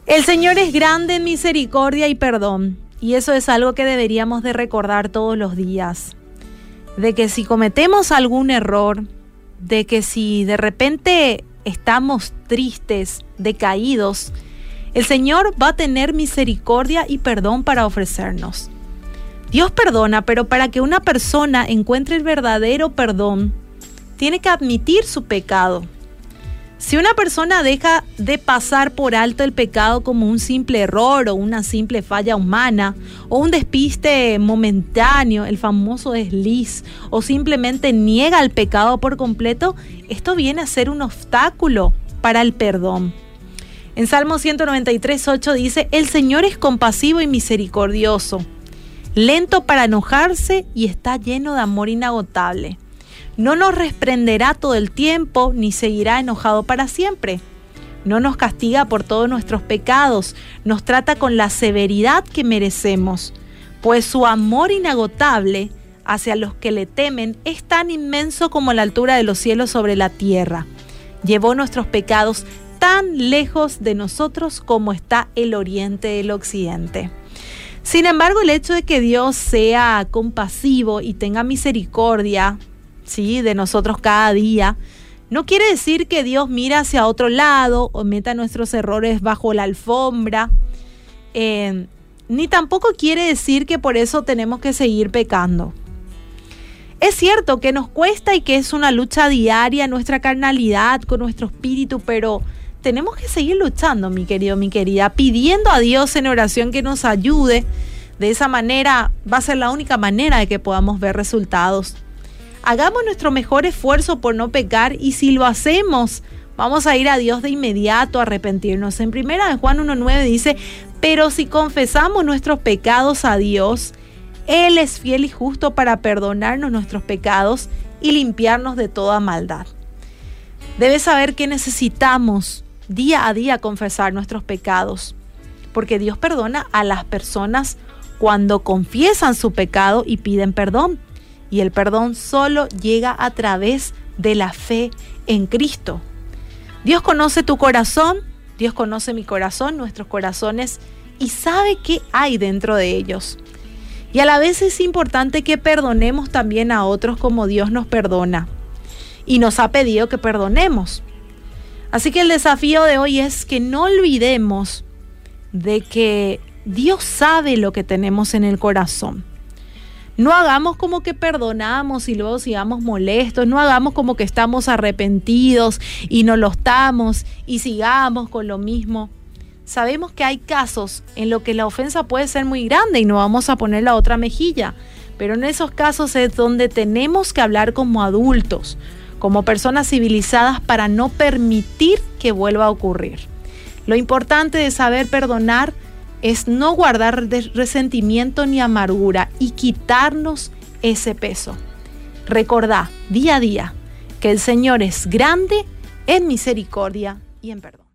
El Señor es grande en misericordia y perdón, y eso es algo que deberíamos de recordar todos los días. De que si cometemos algún error, de que si de repente estamos tristes, decaídos, el Señor va a tener misericordia y perdón para ofrecernos. Dios perdona, pero para que una persona encuentre el verdadero perdón, tiene que admitir su pecado. Si una persona deja de pasar por alto el pecado como un simple error o una simple falla humana o un despiste momentáneo, el famoso desliz, o simplemente niega el pecado por completo, esto viene a ser un obstáculo para el perdón. En Salmo 193:8 dice: el Señor es compasivo y misericordioso, lento para enojarse y está lleno de amor inagotable. No nos reprenderá todo el tiempo, ni seguirá enojado para siempre. No nos castiga por todos nuestros pecados, nos trata con la severidad que merecemos, pues su amor inagotable hacia los que le temen es tan inmenso como la altura de los cielos sobre la tierra. Llevó nuestros pecados tan lejos de nosotros como está el oriente del occidente. Sin embargo, el hecho de que Dios sea compasivo y tenga misericordia, ¿sí?, de nosotros cada día, no quiere decir que Dios mira hacia otro lado o meta nuestros errores bajo la alfombra, ni tampoco quiere decir que por eso tenemos que seguir pecando. Es cierto que nos cuesta y que es una lucha diaria nuestra carnalidad con nuestro espíritu, pero tenemos que seguir luchando, mi querido, mi querida, pidiendo a Dios en oración que nos ayude. De esa manera va a ser la única manera de que podamos ver resultados. Hagamos nuestro mejor esfuerzo por no pecar, y si lo hacemos, vamos a ir a Dios de inmediato a arrepentirnos. En 1 Juan 1:9 dice: pero si confesamos nuestros pecados a Dios, Él es fiel y justo para perdonarnos nuestros pecados y limpiarnos de toda maldad. Debes saber que necesitamos día a día confesar nuestros pecados, porque Dios perdona a las personas cuando confiesan su pecado y piden perdón. Y el perdón solo llega a través de la fe en Cristo. Dios conoce tu corazón, Dios conoce mi corazón, nuestros corazones, y sabe qué hay dentro de ellos. Y a la vez es importante que perdonemos también a otros como Dios nos perdona y nos ha pedido que perdonemos. Así que el desafío de hoy es que no olvidemos de que Dios sabe lo que tenemos en el corazón. No hagamos como que perdonamos y luego sigamos molestos. No hagamos como que estamos arrepentidos y no lo estamos y sigamos con lo mismo. Sabemos que hay casos en los que la ofensa puede ser muy grande y no vamos a poner la otra mejilla. Pero en esos casos es donde tenemos que hablar como adultos, como personas civilizadas, para no permitir que vuelva a ocurrir. Lo importante de saber perdonar es no guardar resentimiento ni amargura y quitarnos ese peso. Recordá día a día que el Señor es grande en misericordia y en perdón.